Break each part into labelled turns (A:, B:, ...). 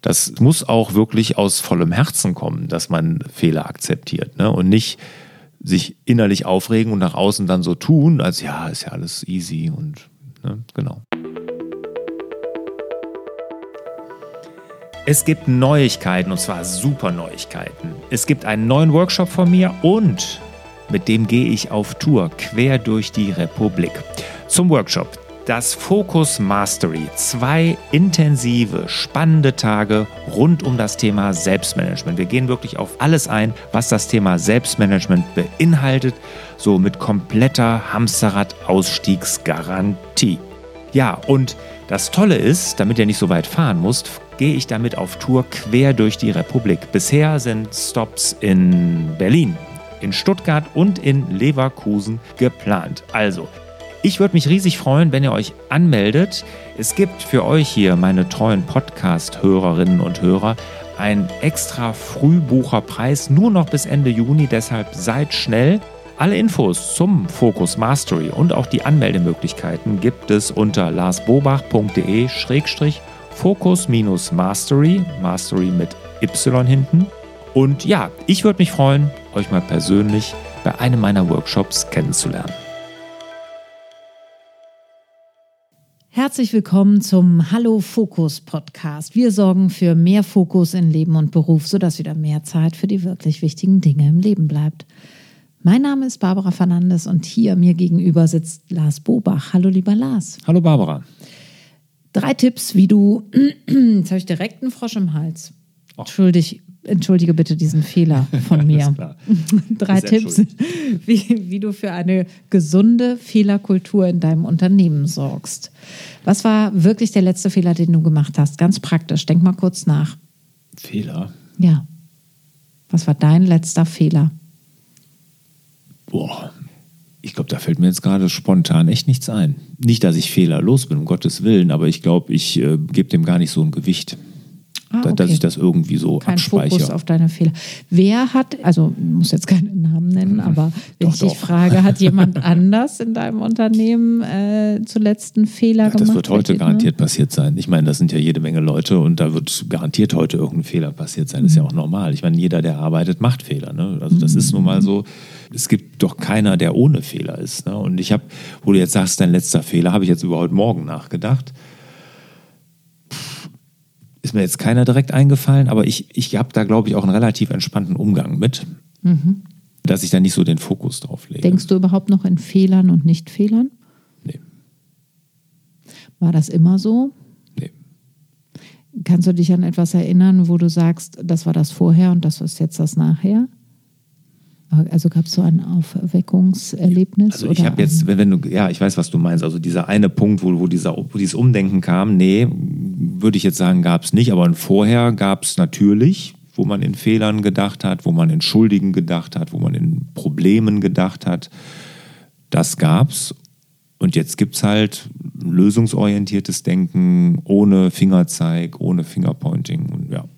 A: Das muss auch wirklich aus vollem Herzen kommen, dass man Fehler akzeptiert, ne? Und nicht sich innerlich aufregen und nach außen dann so tun, als ja, ist ja alles easy und ne, genau. Es gibt Neuigkeiten und zwar super Neuigkeiten. Es gibt einen neuen Workshop von mir und mit dem gehe ich auf Tour quer durch die Republik. Zum Workshop. Das Focus Mastery. 2 intensive, spannende Tage rund um das Thema Selbstmanagement. Wir gehen wirklich auf alles ein, was das Thema Selbstmanagement beinhaltet, so mit kompletter Hamsterrad-Ausstiegsgarantie. Ja, und das Tolle ist, damit ihr nicht so weit fahren müsst, gehe ich damit auf Tour quer durch die Republik. Bisher sind Stops in Berlin, in Stuttgart und in Leverkusen geplant. Also, ich würde mich riesig freuen, wenn ihr euch anmeldet. Es gibt für euch hier, meine treuen Podcast-Hörerinnen und Hörer, einen extra Frühbucherpreis, nur noch bis Ende Juni, deshalb seid schnell. Alle Infos zum Focus Mastery und auch die Anmeldemöglichkeiten gibt es unter larsbobach.de/Focus-Mastery, Mastery mit Y hinten. Und ja, ich würde mich freuen, euch mal persönlich bei einem meiner Workshops kennenzulernen.
B: Herzlich willkommen zum Hallo Fokus Podcast. Wir sorgen für mehr Fokus in Leben und Beruf, sodass wieder mehr Zeit für die wirklich wichtigen Dinge im Leben bleibt. Mein Name ist Barbara Fernandes und hier mir gegenüber sitzt Lars Bobach. Hallo lieber Lars.
A: Hallo Barbara.
B: 3 Tipps, wie du, jetzt habe ich direkt einen Frosch im Hals. Entschuldige bitte diesen Fehler von mir. 3 Tipps, wie du für eine gesunde Fehlerkultur in deinem Unternehmen sorgst. Was war wirklich der letzte Fehler, den du gemacht hast? Ganz praktisch, denk mal kurz nach.
A: Fehler?
B: Ja. Was war dein letzter Fehler?
A: Boah, ich glaube, da fällt mir jetzt gerade spontan echt nichts ein. Nicht, dass ich fehlerlos bin, um Gottes Willen, aber ich glaube, ich gebe dem gar nicht so ein Gewicht.
B: Okay.
A: Dass ich das irgendwie so
B: Kein
A: abspeichere.
B: Fokus auf deine Fehler. Wer hat, also ich muss jetzt keinen Namen nennen, aber wenn ich dich frage, hat jemand anders in deinem Unternehmen zuletzt einen Fehler gemacht?
A: Das wird heute garantiert passiert sein. Ich meine, das sind ja jede Menge Leute und da wird garantiert heute irgendein Fehler passiert sein. Das ist ja auch normal. Ich meine, jeder, der arbeitet, macht Fehler. Ne? Also das ist nun mal so. Es gibt doch keiner, der ohne Fehler ist. Ne? Und ich habe, wo du jetzt sagst, dein letzter Fehler, habe ich jetzt über heute Morgen nachgedacht. Ist mir jetzt keiner direkt eingefallen, aber ich habe da, glaube ich, auch einen relativ entspannten Umgang mit, dass ich da nicht so den Fokus drauf lege.
B: Denkst du überhaupt noch in Fehlern und Nicht-Fehlern?
A: Nee.
B: War das immer so?
A: Nee.
B: Kannst du dich an etwas erinnern, wo du sagst, das war das Vorher und das ist jetzt das Nachher? Also gab es so ein Aufweckungserlebnis?
A: Also ich habe jetzt, wenn du, ja, ich weiß, was du meinst, also dieser eine Punkt, wo dieses Umdenken kam, nee, würde ich jetzt sagen, gab es nicht, aber ein Vorher gab es natürlich, wo man in Fehlern gedacht hat, wo man in Schuldigen gedacht hat, wo man in Problemen gedacht hat. Das gab's. Und jetzt gibt es halt lösungsorientiertes Denken, ohne Fingerzeig, ohne Fingerpointing und ja.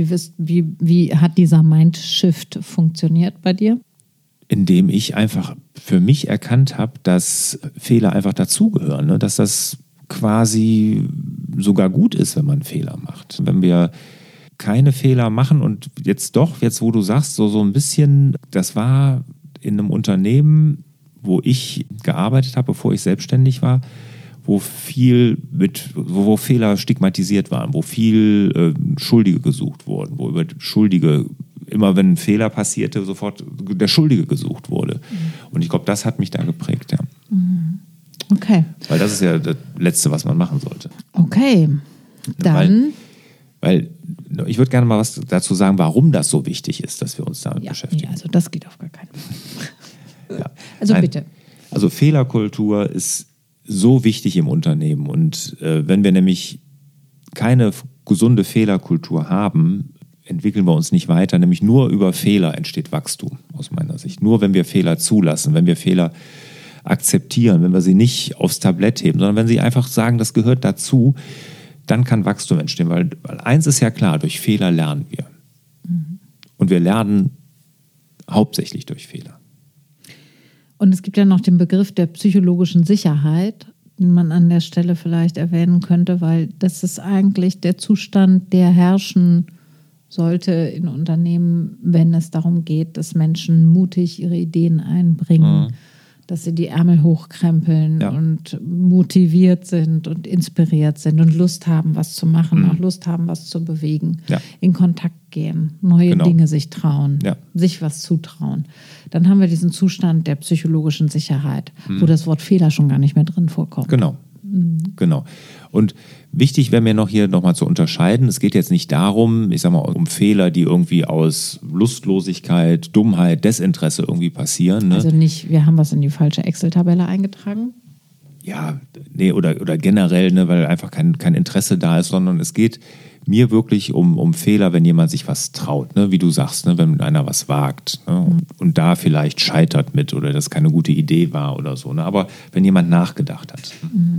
B: Wie hat dieser Mindshift funktioniert bei dir?
A: Indem ich einfach für mich erkannt habe, dass Fehler einfach dazugehören, ne? Dass das quasi sogar gut ist, wenn man Fehler macht. Wenn wir keine Fehler machen und jetzt wo du sagst, so ein bisschen, das war in einem Unternehmen, wo ich gearbeitet habe, bevor ich selbstständig war, wo Fehler stigmatisiert waren, wo viel Schuldige gesucht wurden, wo über Schuldige, immer wenn ein Fehler passierte, sofort der Schuldige gesucht wurde. Und ich glaube, das hat mich da geprägt, ja.
B: Okay.
A: Weil das ist ja das Letzte, was man machen sollte.
B: Okay, dann...
A: Weil ich würde gerne mal was dazu sagen, warum das so wichtig ist, dass wir uns damit beschäftigen.
B: Nee, also das geht auf gar keinen Fall.
A: Ja.
B: Also bitte.
A: Also Fehlerkultur ist so wichtig im Unternehmen. Und wenn wir nämlich keine gesunde Fehlerkultur haben, entwickeln wir uns nicht weiter. Nämlich nur über Fehler entsteht Wachstum, aus meiner Sicht. Nur wenn wir Fehler zulassen, wenn wir Fehler akzeptieren, wenn wir sie nicht aufs Tablett heben, sondern wenn sie einfach sagen, das gehört dazu, dann kann Wachstum entstehen. Weil eins ist ja klar, durch Fehler lernen wir. Und wir lernen hauptsächlich durch Fehler.
B: Und es gibt ja noch den Begriff der psychologischen Sicherheit. den man an der Stelle vielleicht erwähnen könnte, weil das ist eigentlich der Zustand, der herrschen sollte in Unternehmen, wenn es darum geht, dass Menschen mutig ihre Ideen einbringen, dass sie die Ärmel hochkrempeln und motiviert sind und inspiriert sind und Lust haben, was zu machen, auch Lust haben, was zu bewegen, in Kontakt gehen, neue Dinge sich trauen, sich was zutrauen. Dann haben wir diesen Zustand der psychologischen Sicherheit, wo das Wort Fehler schon gar nicht mehr drin vorkommt.
A: Genau. Und wichtig wäre mir noch hier nochmal zu unterscheiden, es geht jetzt nicht darum, ich sag mal, um Fehler, die irgendwie aus Lustlosigkeit, Dummheit, Desinteresse irgendwie passieren. Ne?
B: Also nicht, wir haben was in die falsche Excel-Tabelle eingetragen?
A: Ja, nee, oder generell, ne, weil einfach kein Interesse da ist, sondern es geht mir wirklich um Fehler, wenn jemand sich was traut, ne? Wie du sagst, ne? Wenn einer was wagt, ne? Und da vielleicht scheitert mit oder das keine gute Idee war oder so. Ne? Aber wenn jemand nachgedacht hat.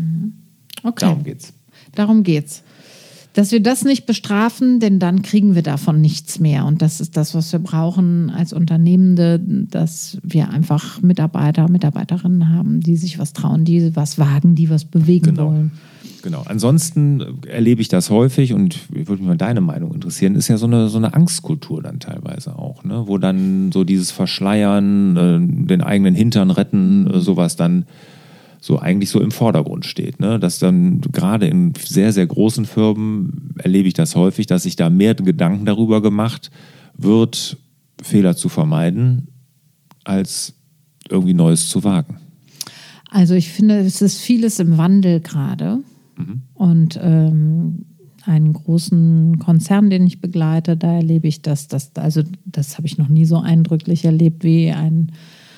B: Okay.
A: Darum geht's.
B: Dass wir das nicht bestrafen, denn dann kriegen wir davon nichts mehr. Und das ist das, was wir brauchen als Unternehmende, dass wir einfach Mitarbeiter, Mitarbeiterinnen haben, die sich was trauen, die was wagen, die was bewegen wollen.
A: Genau. Ansonsten erlebe ich das häufig und würde mich mal deine Meinung interessieren, ist ja so eine Angstkultur dann teilweise auch, ne? Wo dann so dieses Verschleiern, den eigenen Hintern retten, sowas dann so eigentlich so im Vordergrund steht. Ne? Dass dann gerade in sehr, sehr großen Firmen erlebe ich das häufig, dass sich da mehr Gedanken darüber gemacht wird, Fehler zu vermeiden, als irgendwie Neues zu wagen.
B: Also ich finde, es ist vieles im Wandel gerade. Und einen großen Konzern, den ich begleite, da erlebe ich das habe ich noch nie so eindrücklich erlebt, wie ein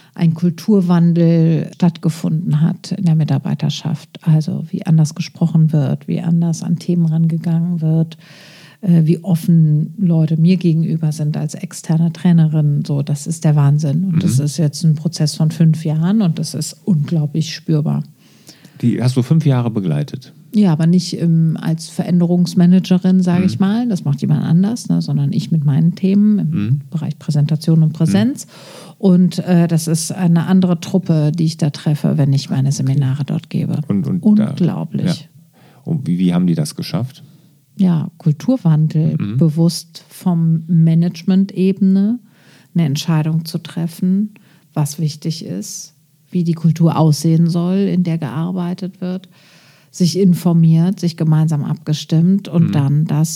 B: Kulturwandel stattgefunden hat in der Mitarbeiterschaft. Also wie anders gesprochen wird, wie anders an Themen rangegangen wird, wie offen Leute mir gegenüber sind als externe Trainerin. So, das ist der Wahnsinn. Und das ist jetzt ein Prozess von 5 Jahren und das ist unglaublich spürbar.
A: Die hast du 5 Jahre begleitet?
B: Ja, aber nicht als Veränderungsmanagerin, sage ich mal. Das macht jemand anders, ne, sondern ich mit meinen Themen im Bereich Präsentation und Präsenz. Und das ist eine andere Truppe, die ich da treffe, wenn ich meine Seminare dort gebe.
A: Und
B: unglaublich.
A: Ja. Und wie haben die das geschafft?
B: Ja, Kulturwandel, bewusst vom Management-Ebene eine Entscheidung zu treffen, was wichtig ist, wie die Kultur aussehen soll, in der gearbeitet wird, sich informiert, sich gemeinsam abgestimmt und dann das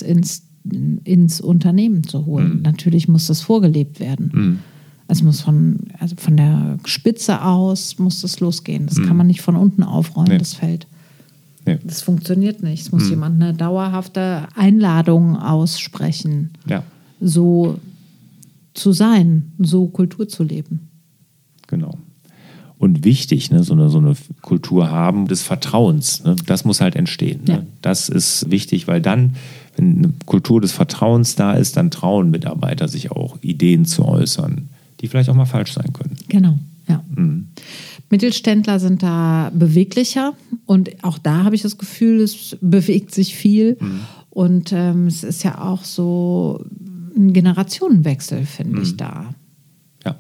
B: ins Unternehmen zu holen. Natürlich muss das vorgelebt werden. Es muss von der Spitze aus muss das losgehen. Das kann man nicht von unten aufräumen, das Feld. Nee. Das funktioniert nicht. Es muss jemand eine dauerhafte Einladung aussprechen, so zu sein, so Kultur zu leben.
A: Genau. Und wichtig, ne, so eine Kultur haben des Vertrauens. Ne, das muss halt entstehen. Ne? Ja. Das ist wichtig, weil dann, wenn eine Kultur des Vertrauens da ist, dann trauen Mitarbeiter sich auch, Ideen zu äußern, die vielleicht auch mal falsch sein können.
B: Genau, ja. Mittelständler sind da beweglicher und auch da habe ich das Gefühl, es bewegt sich viel. Und es ist ja auch so ein Generationenwechsel, finde ich, da.
A: Ja.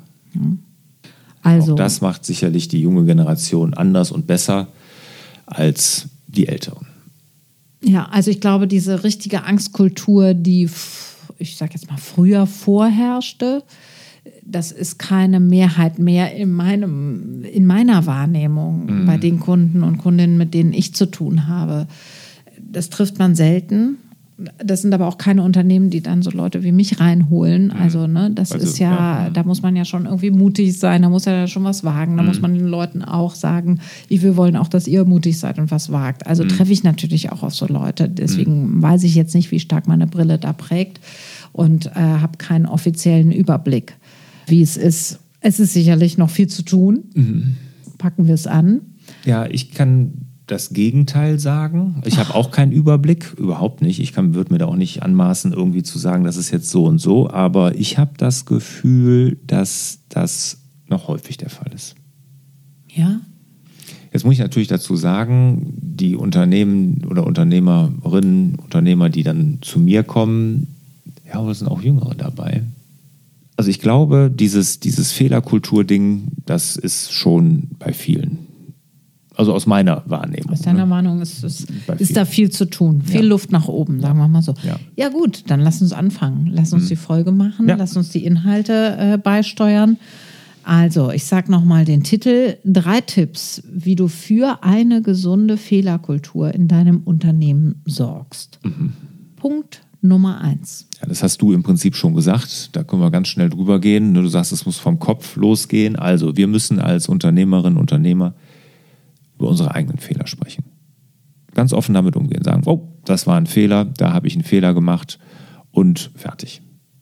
B: Also,
A: auch das macht sicherlich die junge Generation anders und besser als die Älteren.
B: Ja, also ich glaube, diese richtige Angstkultur, die, ich sage jetzt mal, früher vorherrschte, das ist keine Mehrheit mehr in meiner Wahrnehmung bei den Kunden und Kundinnen, mit denen ich zu tun habe. Das trifft man selten. Das sind aber auch keine Unternehmen, die dann so Leute wie mich reinholen. Also, ne, ist ja, da muss man ja schon irgendwie mutig sein, da muss ja schon was wagen. Da muss man den Leuten auch sagen, wir wollen auch, dass ihr mutig seid und was wagt. Also treffe ich natürlich auch auf so Leute. Deswegen weiß ich jetzt nicht, wie stark meine Brille da prägt und habe keinen offiziellen Überblick, wie es ist. Es ist sicherlich noch viel zu tun. Packen wir es an.
A: Ja, ich kann das Gegenteil sagen. Ich habe auch keinen Überblick, überhaupt nicht. Ich würde mir da auch nicht anmaßen, irgendwie zu sagen, das ist jetzt so und so. Aber ich habe das Gefühl, dass das noch häufig der Fall ist.
B: Ja?
A: Jetzt muss ich natürlich dazu sagen, die Unternehmen oder Unternehmerinnen, Unternehmer, die dann zu mir kommen, ja, aber es sind auch Jüngere dabei. Also ich glaube, dieses Fehlerkultur-Ding, das ist schon bei vielen Also aus meiner Wahrnehmung.
B: Aus deiner Wahrnehmung ist da viel zu tun. Viel Luft nach oben, sagen wir mal so. Ja gut, dann lass uns anfangen. Lass uns die Folge machen. Lass uns die Inhalte beisteuern. Also, ich sage nochmal den Titel. 3 Tipps, wie du für eine gesunde Fehlerkultur in deinem Unternehmen sorgst. Punkt Nummer 1.
A: Ja, das hast du im Prinzip schon gesagt. Da können wir ganz schnell drüber gehen. Du sagst, es muss vom Kopf losgehen. Also, wir müssen als Unternehmerinnen und Unternehmer über unsere eigenen Fehler sprechen. Ganz offen damit umgehen. Sagen, oh, das war ein Fehler, da habe ich einen Fehler gemacht und fertig.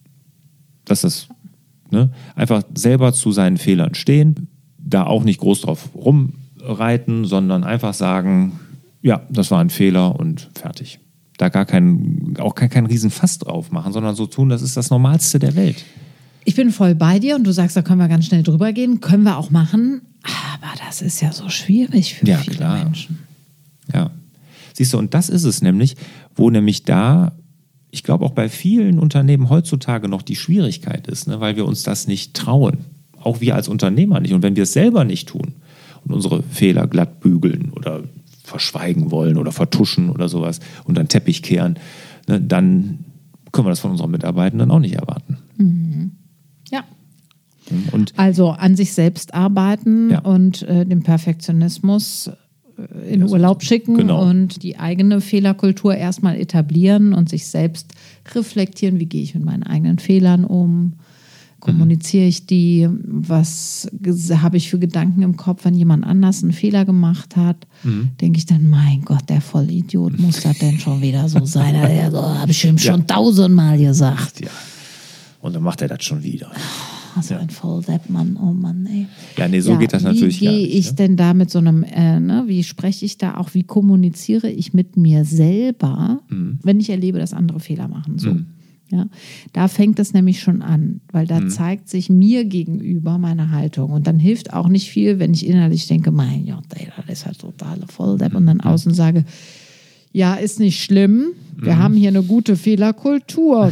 A: Das ist ne? Einfach selber zu seinen Fehlern stehen, da auch nicht groß drauf rumreiten, sondern einfach sagen, ja, das war ein Fehler und fertig. Da kein Riesenfass drauf machen, sondern so tun, das ist das Normalste der Welt.
B: Ich bin voll bei dir und du sagst, da können wir ganz schnell drüber gehen. Können wir auch machen, aber das ist ja so schwierig für viele Menschen.
A: Ja, siehst du, und das ist es nämlich, wo nämlich da, ich glaube auch bei vielen Unternehmen heutzutage noch die Schwierigkeit ist, ne, weil wir uns das nicht trauen. Auch wir als Unternehmer nicht. Und wenn wir es selber nicht tun und unsere Fehler glatt bügeln oder verschweigen wollen oder vertuschen oder sowas und dann Teppich kehren, ne, dann können wir das von unseren Mitarbeitenden auch nicht erwarten.
B: Ja.
A: Und
B: also an sich selbst arbeiten und den Perfektionismus in Urlaub schicken und die eigene Fehlerkultur erstmal etablieren und sich selbst reflektieren, wie gehe ich mit meinen eigenen Fehlern um, kommuniziere ich die, was habe ich für Gedanken im Kopf, wenn jemand anders einen Fehler gemacht hat, denke ich dann, mein Gott, der Vollidiot, muss das denn schon wieder so sein? Habe ich ihm schon 1000-mal gesagt.
A: Ja. Und dann macht er das schon wieder.
B: Also ein Volldepp, Mann, oh Mann, ey.
A: Ja, nee, so geht das natürlich gar nicht.
B: Wie gehe ich denn da mit so einem, wie spreche ich da auch, wie kommuniziere ich mit mir selber, wenn ich erlebe, dass andere Fehler machen? So. Ja, da fängt es nämlich schon an, weil da zeigt sich mir gegenüber meine Haltung. Und dann hilft auch nicht viel, wenn ich innerlich denke, mein Gott, ey, das ist halt totale Volldepp. Und dann außen sage, ja, ist nicht schlimm, wir haben hier eine gute Fehlerkultur.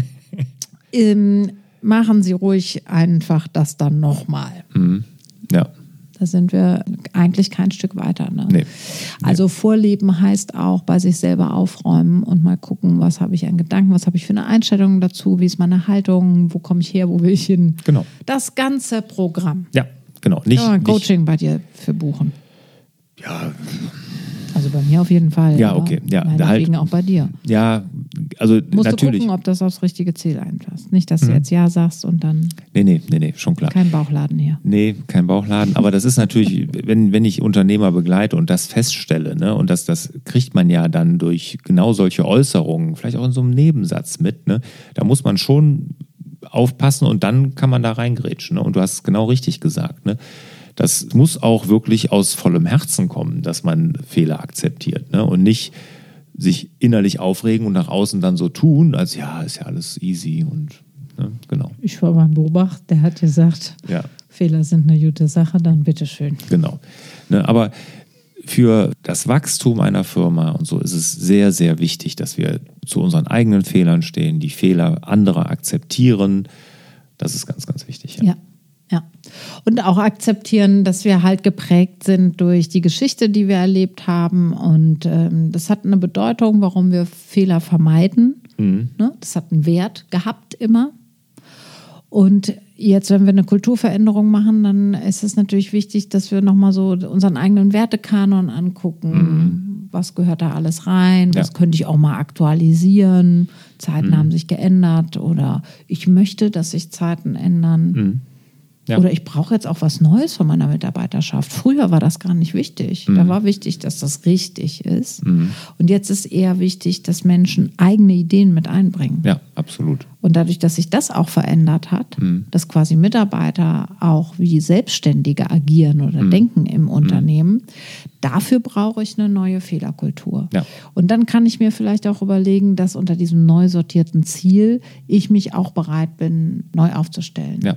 B: Machen Sie ruhig einfach das dann nochmal.
A: Ja.
B: Da sind wir eigentlich kein Stück weiter. Ne?
A: Nee.
B: Also Vorleben heißt auch bei sich selber aufräumen und mal gucken, was habe ich an Gedanken, was habe ich für eine Einstellung dazu, wie ist meine Haltung, wo komme ich her, wo will ich hin.
A: Genau.
B: Das ganze Programm.
A: Ja, genau. Nicht
B: ein Coaching bei dir für buchen.
A: Ja.
B: Also bei mir auf jeden Fall.
A: Ja, okay. Ja,
B: meinetwegen auch bei dir.
A: Ja, also
B: musst
A: natürlich.
B: Du gucken, ob das aufs richtige Ziel einpasst. Nicht, dass du jetzt Ja sagst und dann...
A: Nee, schon klar.
B: Kein Bauchladen hier.
A: Nee, kein Bauchladen. Aber das ist natürlich, wenn ich Unternehmer begleite und das feststelle, ne, und das kriegt man ja dann durch genau solche Äußerungen, vielleicht auch in so einem Nebensatz mit, ne, da muss man schon aufpassen und dann kann man da reingrätschen. Ne? Und du hast es genau richtig gesagt, ne? Das muss auch wirklich aus vollem Herzen kommen, dass man Fehler akzeptiert, ne? Und nicht sich innerlich aufregen und nach außen dann so tun, als ja, ist ja alles easy und ne? Genau.
B: Ich war beim Beobachter, der hat gesagt, Fehler sind eine gute Sache, dann bitteschön.
A: Genau. Ne? Aber für das Wachstum einer Firma und so ist es sehr, sehr wichtig, dass wir zu unseren eigenen Fehlern stehen, die Fehler anderer akzeptieren. Das ist ganz, ganz wichtig.
B: Ja. Und auch akzeptieren, dass wir halt geprägt sind durch die Geschichte, die wir erlebt haben. Und das hat eine Bedeutung, warum wir Fehler vermeiden. Ne? Das hat einen Wert gehabt immer. Und jetzt, wenn wir eine Kulturveränderung machen, dann ist es natürlich wichtig, dass wir nochmal so unseren eigenen Wertekanon angucken. Was gehört da alles rein? Was könnte ich auch mal aktualisieren? Zeiten haben sich geändert oder ich möchte, dass sich Zeiten ändern. Ja. Oder ich brauche jetzt auch was Neues von meiner Mitarbeiterschaft. Früher war das gar nicht wichtig. Da war wichtig, dass das richtig ist. Und jetzt ist eher wichtig, dass Menschen eigene Ideen mit einbringen.
A: Ja, absolut.
B: Und dadurch, dass sich das auch verändert hat, dass quasi Mitarbeiter auch wie Selbstständige agieren oder denken im Unternehmen, dafür brauche ich eine neue Fehlerkultur. Ja. Und dann kann ich mir vielleicht auch überlegen, dass unter diesem neu sortierten Ziel ich mich auch bereit bin, neu aufzustellen.
A: Ja.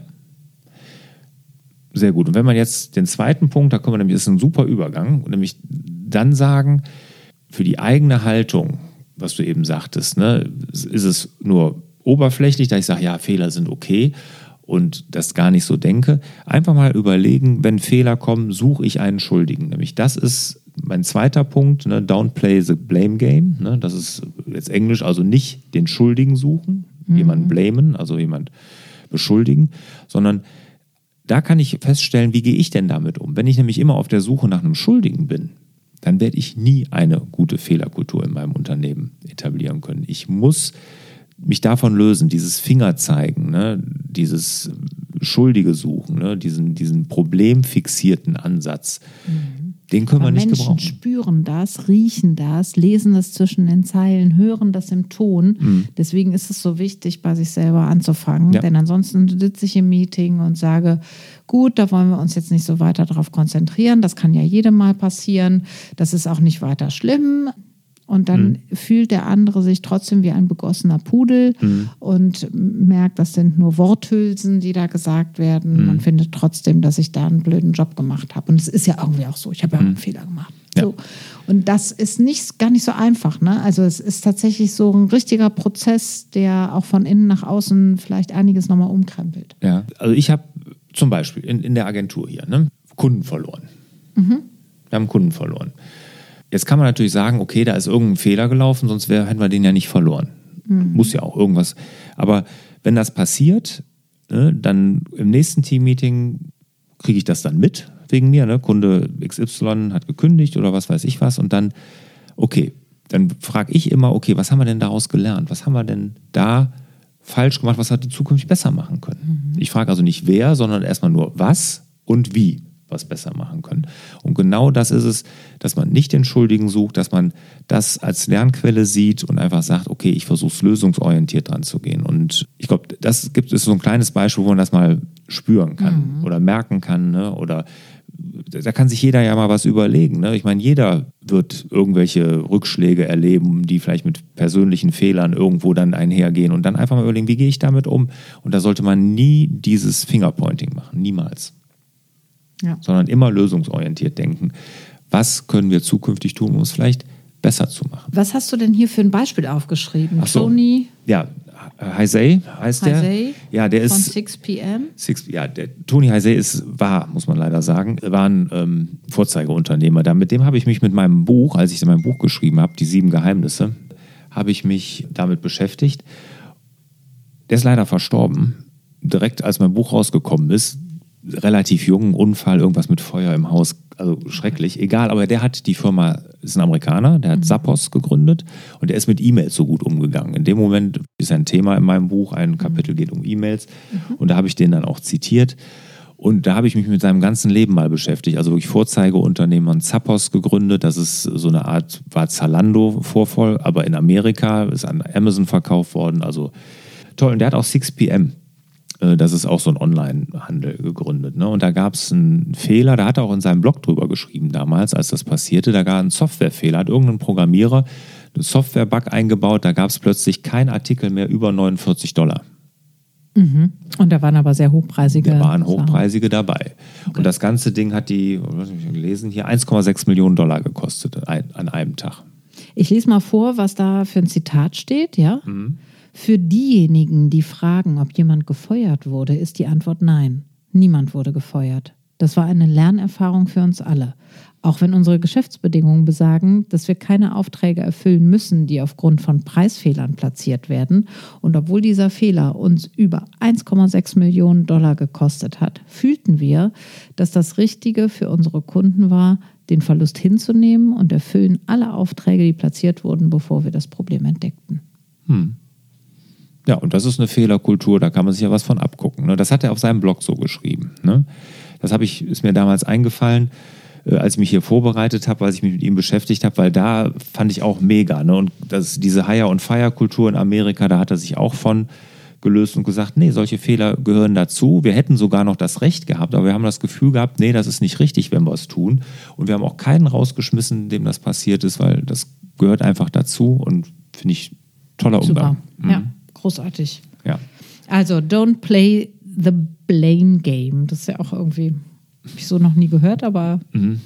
A: Sehr gut. Und wenn man jetzt den zweiten Punkt, da kommen wir nämlich, ist ein super Übergang, und nämlich dann sagen, für die eigene Haltung, was du eben sagtest, ne, ist es nur oberflächlich, da ich sage, ja, Fehler sind okay, und das gar nicht so denke, einfach mal überlegen, wenn Fehler kommen, suche ich einen Schuldigen. Nämlich das ist mein zweiter Punkt, ne, don't play the blame game. Ne, das ist jetzt Englisch, also nicht den Schuldigen suchen, jemanden blamen, also jemand beschuldigen, sondern da kann ich feststellen, wie gehe ich denn damit um? Wenn ich nämlich immer auf der Suche nach einem Schuldigen bin, dann werde ich nie eine gute Fehlerkultur in meinem Unternehmen etablieren können. Ich muss mich davon lösen, dieses Fingerzeigen, ne, dieses Schuldige suchen, ne, diesen problemfixierten Ansatz, den können wir nicht gebrauchen.
B: Menschen spüren das, riechen das, lesen das zwischen den Zeilen, hören das im Ton. Deswegen ist es so wichtig, bei sich selber anzufangen. Ja. Denn ansonsten sitze ich im Meeting und sage, gut, da wollen wir uns jetzt nicht so weiter darauf konzentrieren. Das kann ja jedem mal passieren. Das ist auch nicht weiter schlimm. Und dann fühlt der andere sich trotzdem wie ein begossener Pudel und merkt, das sind nur Worthülsen, die da gesagt werden. Man findet trotzdem, dass ich da einen blöden Job gemacht habe. Und es ist ja irgendwie auch so. Ich habe ja auch einen Fehler gemacht. Ja. So. Und das ist gar nicht so einfach. Ne? Also es ist tatsächlich so ein richtiger Prozess, der auch von innen nach außen vielleicht einiges nochmal umkrempelt.
A: Ja, also ich habe zum Beispiel in der Agentur hier Kunden verloren. Wir haben Kunden verloren. Jetzt kann man natürlich sagen, okay, da ist irgendein Fehler gelaufen, sonst hätten wir den ja nicht verloren. Muss ja auch irgendwas. Aber wenn das passiert, ne, dann im nächsten Teammeeting kriege ich das dann mit wegen mir. Ne? Kunde XY hat gekündigt oder was weiß ich was. Und dann, okay, dann frage ich immer, okay, was haben wir denn daraus gelernt? Was haben wir denn da falsch gemacht? Was hätte zukünftig besser machen können? Ich frage also nicht wer, sondern erstmal nur was und wie was besser machen können. Und genau das ist es, dass man nicht den Schuldigen sucht, dass man das als Lernquelle sieht und einfach sagt, okay, ich versuche es lösungsorientiert dran zu gehen. Und ich glaube, das ist so ein kleines Beispiel, wo man das mal spüren kann oder merken kann, ne? Oder da kann sich jeder ja mal was überlegen. Ne? Ich meine, jeder wird irgendwelche Rückschläge erleben, die vielleicht mit persönlichen Fehlern irgendwo dann einhergehen und dann einfach mal überlegen, wie gehe ich damit um? Und da sollte man nie dieses Fingerpointing machen, niemals. Ja. Sondern immer lösungsorientiert denken. Was können wir zukünftig tun, um es vielleicht besser zu machen?
B: Was hast du denn hier für ein Beispiel aufgeschrieben?
A: Ach so.
B: Tony?
A: Ja, Heisey heißt der. Ja, der
B: von
A: ist
B: 6 p.m.
A: Der Tony Heisey war, muss man leider sagen, war ein Vorzeigeunternehmer. Mit dem habe ich mich mit meinem Buch, als ich mein Buch geschrieben habe, die 7 Geheimnisse, habe ich mich damit beschäftigt. Der ist leider verstorben. Direkt als mein Buch rausgekommen ist, relativ jung, Unfall, irgendwas mit Feuer im Haus, also schrecklich, egal, aber der hat die Firma, ist ein Amerikaner, der hat Zappos gegründet und der ist mit E-Mails so gut umgegangen. In dem Moment ist ein Thema in meinem Buch, ein Kapitel geht um E-Mails und da habe ich den dann auch zitiert und da habe ich mich mit seinem ganzen Leben mal beschäftigt, also wirklich Vorzeigeunternehmer Zappos gegründet, das ist so eine Art, war Zalando-Vorfall, aber in Amerika, ist an Amazon verkauft worden, also toll, und der hat auch 6 p.m. Das ist auch so ein Online-Handel gegründet. Ne? Und da gab es einen Fehler, da hat er auch in seinem Blog drüber geschrieben damals, als das passierte. Da gab es einen Softwarefehler, hat irgendein Programmierer einen Software-Bug eingebaut, da gab es plötzlich kein Artikel mehr über $49.
B: Und da waren aber sehr hochpreisige.
A: Da waren hochpreisige dabei. Okay. Und das ganze Ding hat die, was habe ich gelesen, hier $1,6 Millionen gekostet an einem Tag.
B: Ich lese mal vor, was da für ein Zitat steht, ja? Für diejenigen, die fragen, ob jemand gefeuert wurde, ist die Antwort nein. Niemand wurde gefeuert. Das war eine Lernerfahrung für uns alle. Auch wenn unsere Geschäftsbedingungen besagen, dass wir keine Aufträge erfüllen müssen, die aufgrund von Preisfehlern platziert werden. Und obwohl dieser Fehler uns über $1,6 Millionen gekostet hat, fühlten wir, dass das Richtige für unsere Kunden war, den Verlust hinzunehmen und erfüllen alle Aufträge, die platziert wurden, bevor wir das Problem entdeckten.
A: Ja, und das ist eine Fehlerkultur, da kann man sich ja was von abgucken. Ne? Das hat er auf seinem Blog so geschrieben. Ne? Das ist mir damals eingefallen, als ich mich hier vorbereitet habe, als ich mich mit ihm beschäftigt habe, weil da fand ich auch mega. Ne? Und diese Hire-and-Fire-Kultur in Amerika, da hat er sich auch von gelöst und gesagt, nee, solche Fehler gehören dazu. Wir hätten sogar noch das Recht gehabt, aber wir haben das Gefühl gehabt, nee, das ist nicht richtig, wenn wir es tun. Und wir haben auch keinen rausgeschmissen, dem das passiert ist, weil das gehört einfach dazu und finde ich toller Umgang.
B: Super, ja. Großartig.
A: Ja.
B: Also, don't play the blame game. Das ist ja auch irgendwie, habe ich so noch nie gehört, aber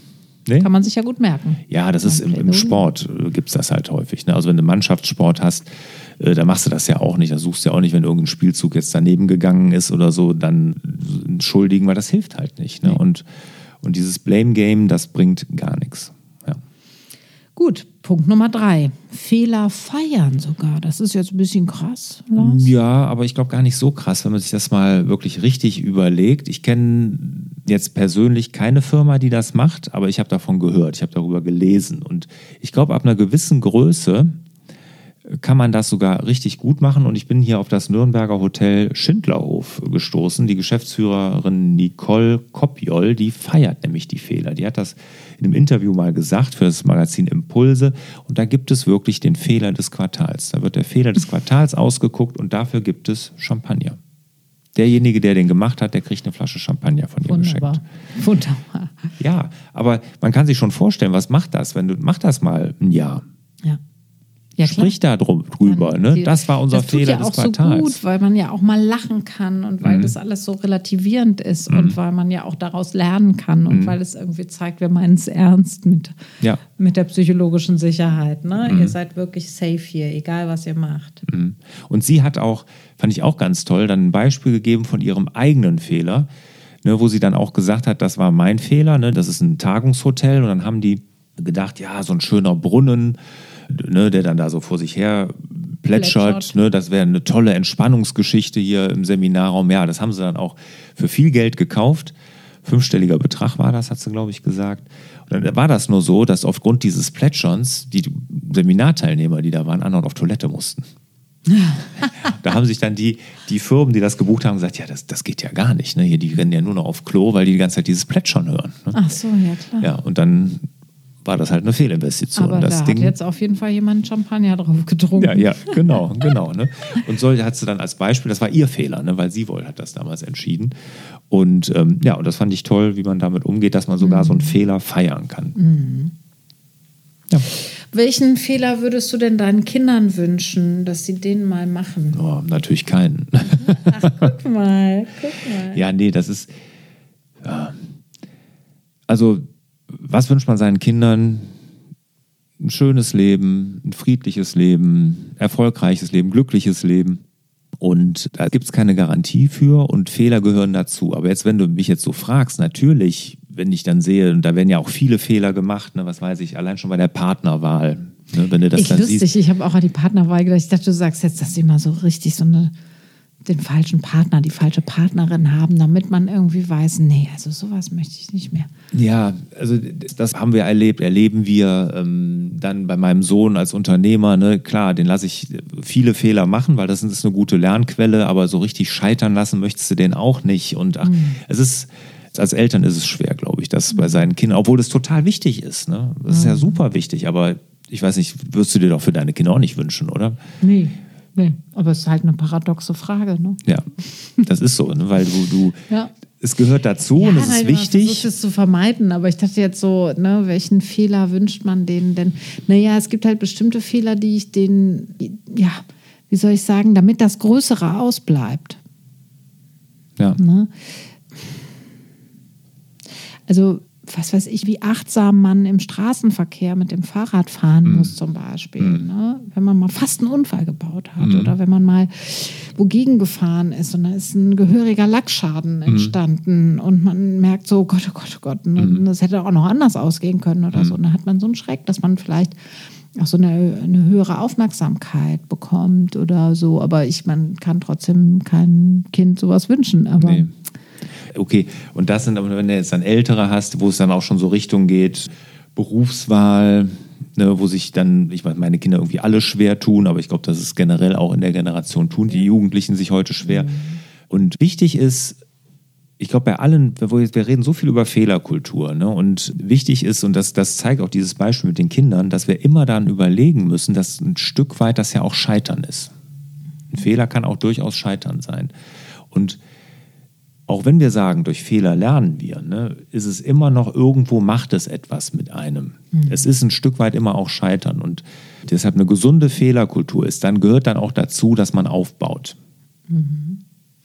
A: Nee?
B: Kann man sich ja gut merken.
A: Ja, das ist im Sport gibt es das halt häufig. Ne? Also wenn du Mannschaftssport hast, da machst du das ja auch nicht. Da suchst du ja auch nicht, wenn irgendein Spielzug jetzt daneben gegangen ist oder so, dann entschuldigen, weil das hilft halt nicht. Ne? Und dieses Blame-Game, das bringt gar nichts. Ja.
B: Gut, Punkt Nummer 3. Fehler feiern sogar. Das ist jetzt ein bisschen krass, Lars.
A: Ja, aber ich glaube gar nicht so krass, wenn man sich das mal wirklich richtig überlegt. Ich kenne jetzt persönlich keine Firma, die das macht, aber ich habe davon gehört, ich habe darüber gelesen. Und ich glaube, ab einer gewissen Größe kann man das sogar richtig gut machen. Und ich bin hier auf das Nürnberger Hotel Schindlerhof gestoßen. Die Geschäftsführerin Nicole Kopjol, die feiert nämlich die Fehler. Die hat das in einem Interview mal gesagt für das Magazin Impulse. Und da gibt es wirklich den Fehler des Quartals. Da wird der Fehler des Quartals ausgeguckt und dafür gibt es Champagner. Derjenige, der den gemacht hat, der kriegt eine Flasche Champagner von ihr geschenkt.
B: Wunderbar.
A: Ja, aber man kann sich schon vorstellen, was macht das, mach das mal ein Jahr.
B: Ja. Ja,
A: sprich da drüber, ne? Das war unser Fehler des Quartals. Das tut ja auch so gut,
B: weil man ja auch mal lachen kann und weil das alles so relativierend ist und weil man ja auch daraus lernen kann und weil es irgendwie zeigt, wir meinen es ernst mit der psychologischen Sicherheit. Ne? Ihr seid wirklich safe hier, egal was ihr macht.
A: Und sie hat auch, fand ich auch ganz toll, dann ein Beispiel gegeben von ihrem eigenen Fehler, ne, wo sie dann auch gesagt hat, das war mein Fehler, ne? Das ist ein Tagungshotel und dann haben die gedacht, ja, so ein schöner Brunnen, ne, der dann da so vor sich her plätschert. Ne, das wäre eine tolle Entspannungsgeschichte hier im Seminarraum. Ja, das haben sie dann auch für viel Geld gekauft. 5-stelliger Betrag war das, hat sie, glaube ich, gesagt. Und dann war das nur so, dass aufgrund dieses Plätscherns die Seminarteilnehmer, die da waren, andauernd auf Toilette mussten. Da haben sich dann die Firmen, die das gebucht haben, gesagt, ja, das geht ja gar nicht. Ne? Hier, die rennen ja nur noch auf Klo, weil die ganze Zeit dieses Plätschern hören. Ne?
B: Ach so, ja klar.
A: Ja, und dann war das halt eine Fehlinvestition.
B: Aber da hat jetzt auf jeden Fall jemand Champagner drauf getrunken.
A: Ja, genau. Ne? Und so hat sie dann als Beispiel, das war ihr Fehler, ne? Weil sie hat das damals entschieden. Und und das fand ich toll, wie man damit umgeht, dass man sogar so einen Fehler feiern kann. Ja.
B: Welchen Fehler würdest du denn deinen Kindern wünschen, dass sie den mal machen?
A: Oh, natürlich keinen.
B: Ach, guck mal.
A: Ja, nee, das ist... Also... Was wünscht man seinen Kindern? Ein schönes Leben, ein friedliches Leben, erfolgreiches Leben, glückliches Leben. Und da gibt es keine Garantie für und Fehler gehören dazu. Aber jetzt, wenn du mich jetzt so fragst, natürlich, wenn ich dann sehe, und da werden ja auch viele Fehler gemacht, ne, was weiß ich, allein schon bei der Partnerwahl. Ne, wenn du das dann
B: lustig,
A: siehst.
B: Ich habe auch an die Partnerwahl gedacht. Ich dachte, du sagst jetzt, dass sie mal so richtig den falschen Partner, die falsche Partnerin haben, damit man irgendwie weiß, nee, also sowas möchte ich nicht mehr.
A: Ja, also das haben wir erleben wir dann bei meinem Sohn als Unternehmer, ne, klar, den lasse ich viele Fehler machen, weil das ist eine gute Lernquelle, aber so richtig scheitern lassen möchtest du den auch nicht und es ist, als Eltern ist es schwer, glaube ich, das bei seinen Kindern, obwohl das total wichtig ist, ne, das ist ja super wichtig, aber ich weiß nicht, würdest du dir doch für deine Kinder auch nicht wünschen, oder?
B: Nee, aber es ist halt eine paradoxe Frage, ne?
A: Ja, das ist so, ne? Weil du es gehört dazu und es ist wichtig.
B: Ich versuche es zu vermeiden, aber ich dachte jetzt so, ne, welchen Fehler wünscht man denen denn? Naja, es gibt halt bestimmte Fehler, die ich denen, ja, wie soll ich sagen, damit das Größere ausbleibt.
A: Ja.
B: Ne? Also, was weiß ich, wie achtsam man im Straßenverkehr mit dem Fahrrad fahren muss zum Beispiel. Ne? Wenn man mal fast einen Unfall gebaut hat oder wenn man mal wogegen gefahren ist und da ist ein gehöriger Lackschaden entstanden und man merkt so, oh Gott, ne? Das hätte auch noch anders ausgehen können oder so. Und dann hat man so einen Schreck, dass man vielleicht auch so eine höhere Aufmerksamkeit bekommt oder so. Aber man kann trotzdem kein Kind sowas wünschen. Aber
A: nee. Okay, und das sind aber, wenn du jetzt dann Ältere hast, wo es dann auch schon so Richtung geht, Berufswahl, ne, wo sich dann, ich meine Kinder irgendwie alle schwer tun, aber ich glaube, das ist generell auch in der Generation tun die Jugendlichen sich heute schwer. Und wichtig ist, ich glaube, bei allen, wir reden so viel über Fehlerkultur, ne, und wichtig ist, und das zeigt auch dieses Beispiel mit den Kindern, dass wir immer dann überlegen müssen, dass ein Stück weit das ja auch Scheitern ist. Ein Fehler kann auch durchaus Scheitern sein. Und auch wenn wir sagen, durch Fehler lernen wir, ne, ist es immer noch irgendwo, macht es etwas mit einem. Es ist ein Stück weit immer auch Scheitern. Und deshalb eine gesunde Fehlerkultur gehört dann auch dazu, dass man aufbaut.
B: Ja,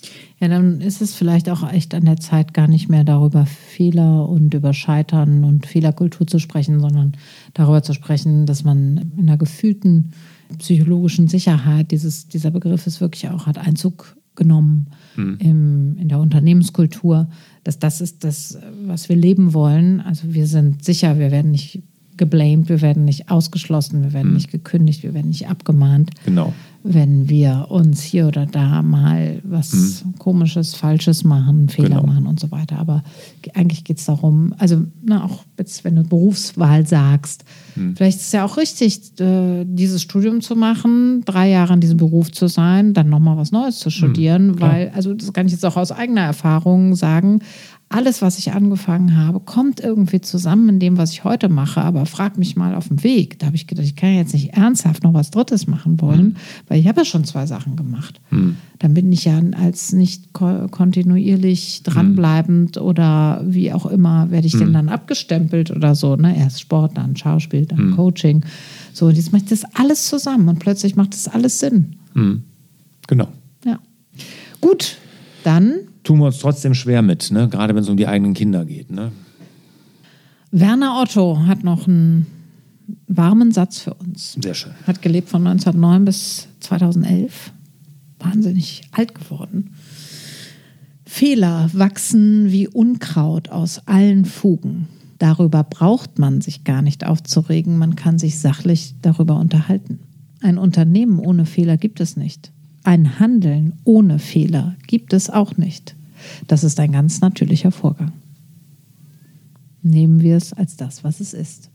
B: Ja, dann ist es vielleicht auch echt an der Zeit, gar nicht mehr darüber Fehler und über Scheitern und Fehlerkultur zu sprechen, sondern darüber zu sprechen, dass man in einer gefühlten psychologischen Sicherheit, dieser Begriff ist wirklich auch, hat Einzug genommen in der Unternehmenskultur, dass das ist das, was wir leben wollen. Also wir sind sicher, wir werden nicht geblamed, wir werden nicht ausgeschlossen, wir werden nicht gekündigt, wir werden nicht abgemahnt, wenn wir uns hier oder da mal was Komisches, Falsches machen, Fehler machen und so weiter. Aber eigentlich geht es darum, also auch jetzt, wenn du Berufswahl sagst, vielleicht ist es ja auch richtig, dieses Studium zu machen, 3 Jahre in diesem Beruf zu sein, dann nochmal was Neues zu studieren, weil, also das kann ich jetzt auch aus eigener Erfahrung sagen, alles, was ich angefangen habe, kommt irgendwie zusammen in dem, was ich heute mache. Aber frag mich mal auf dem Weg. Da habe ich gedacht, ich kann jetzt nicht ernsthaft noch was Drittes machen wollen, weil ich habe ja schon 2 Sachen gemacht. Dann bin ich ja als nicht kontinuierlich dranbleibend oder wie auch immer, werde ich denn dann abgestempelt oder so. Ne? Erst Sport, dann Schauspiel, dann Coaching. So, jetzt macht das alles zusammen und plötzlich macht das alles Sinn.
A: Genau.
B: Ja. Gut, dann
A: tun wir uns trotzdem schwer mit, ne? Gerade wenn es um die eigenen Kinder geht. Ne?
B: Werner Otto hat noch einen warmen Satz für uns.
A: Sehr schön.
B: Hat gelebt von 1909 bis 2011. Wahnsinnig alt geworden. Fehler wachsen wie Unkraut aus allen Fugen. Darüber braucht man sich gar nicht aufzuregen. Man kann sich sachlich darüber unterhalten. Ein Unternehmen ohne Fehler gibt es nicht. Ein Handeln ohne Fehler gibt es auch nicht. Das ist ein ganz natürlicher Vorgang. Nehmen wir es als das, was es ist.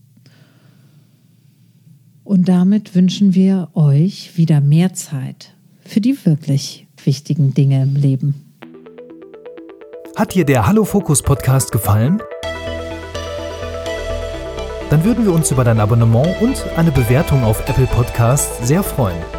B: Und damit wünschen wir euch wieder mehr Zeit für die wirklich wichtigen Dinge im Leben.
C: Hat dir der Hallo Fokus Podcast gefallen? Dann würden wir uns über dein Abonnement und eine Bewertung auf Apple Podcasts sehr freuen.